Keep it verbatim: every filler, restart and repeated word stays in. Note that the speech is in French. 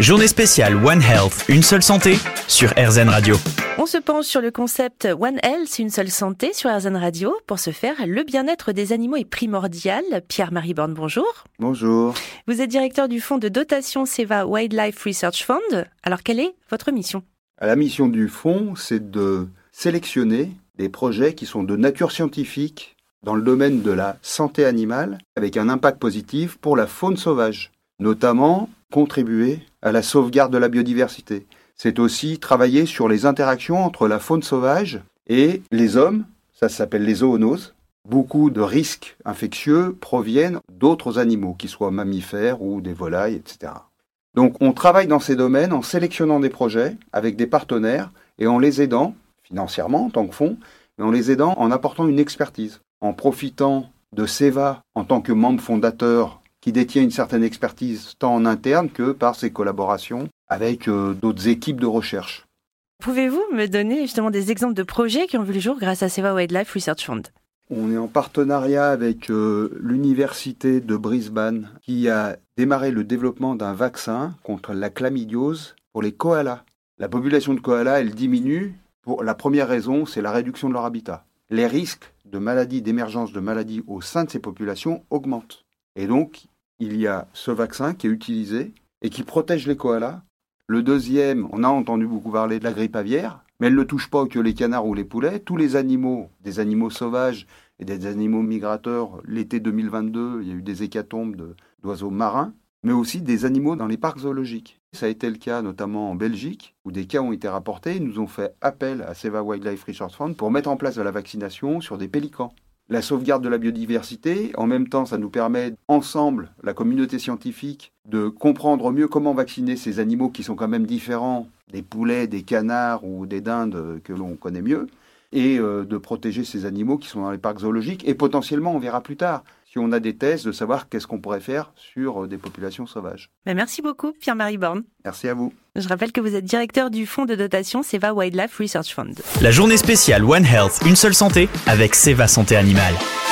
Journée spéciale One Health, une seule santé sur R Z N Radio. On se penche sur le concept One Health, une seule santé sur R Z N Radio. Pour ce faire, le bien-être des animaux est primordial. Pierre-Marie Borne, bonjour. Bonjour. Vous êtes directeur du fonds de dotation Seva Wildlife Research Fund. Alors, quelle est votre mission ? La mission du fonds, c'est de sélectionner des projets qui sont de nature scientifique dans le domaine de la santé animale, avec un impact positif pour la faune sauvage, notamment contribuer à la sauvegarde de la biodiversité. C'est aussi travailler sur les interactions entre la faune sauvage et les hommes, ça s'appelle les zoonoses. Beaucoup de risques infectieux proviennent d'autres animaux, qu'ils soient mammifères ou des volailles, et cetera. Donc on travaille dans ces domaines en sélectionnant des projets avec des partenaires et en les aidant, financièrement en tant que fonds, mais en les aidant en apportant une expertise, en profitant de Seva en tant que membre fondateur qui détient une certaine expertise tant en interne que par ses collaborations avec euh, d'autres équipes de recherche. Pouvez-vous me donner justement des exemples de projets qui ont vu le jour grâce à Seva Wildlife Research Fund ? On est en partenariat avec euh, l'université de Brisbane qui a démarré le développement d'un vaccin contre la chlamydiose pour les koalas. La population de koalas, elle diminue. Pour la première raison, c'est la réduction de leur habitat. Les risques de maladies, d'émergence de maladies au sein de ces populations augmentent. Et donc, il y a ce vaccin qui est utilisé et qui protège les koalas. Le deuxième, on a entendu beaucoup parler de la grippe aviaire, mais elle ne touche pas que les canards ou les poulets. Tous les animaux, des animaux sauvages et des animaux migrateurs, l'été deux mille vingt-deux, il y a eu des hécatombes de, d'oiseaux marins, mais aussi des animaux dans les parcs zoologiques. Ça a été le cas notamment en Belgique, où des cas ont été rapportés. Ils nous ont fait appel à Seva Wildlife Research Fund pour mettre en place de la vaccination sur des pélicans. La sauvegarde de la biodiversité, en même temps, ça nous permet, ensemble, la communauté scientifique, de comprendre mieux comment vacciner ces animaux qui sont quand même différents des poulets, des canards ou des dindes que l'on connaît mieux, et euh, de protéger ces animaux qui sont dans les parcs zoologiques. Et potentiellement, on verra plus tard, si on a des thèses, de savoir qu'est-ce qu'on pourrait faire sur des populations sauvages. Merci beaucoup, Pierre-Marie Borne. Merci à vous. Je rappelle que vous êtes directeur du fonds de dotation Seva Wildlife Research Fund. La journée spéciale One Health, une seule santé avec Seva Santé Animale.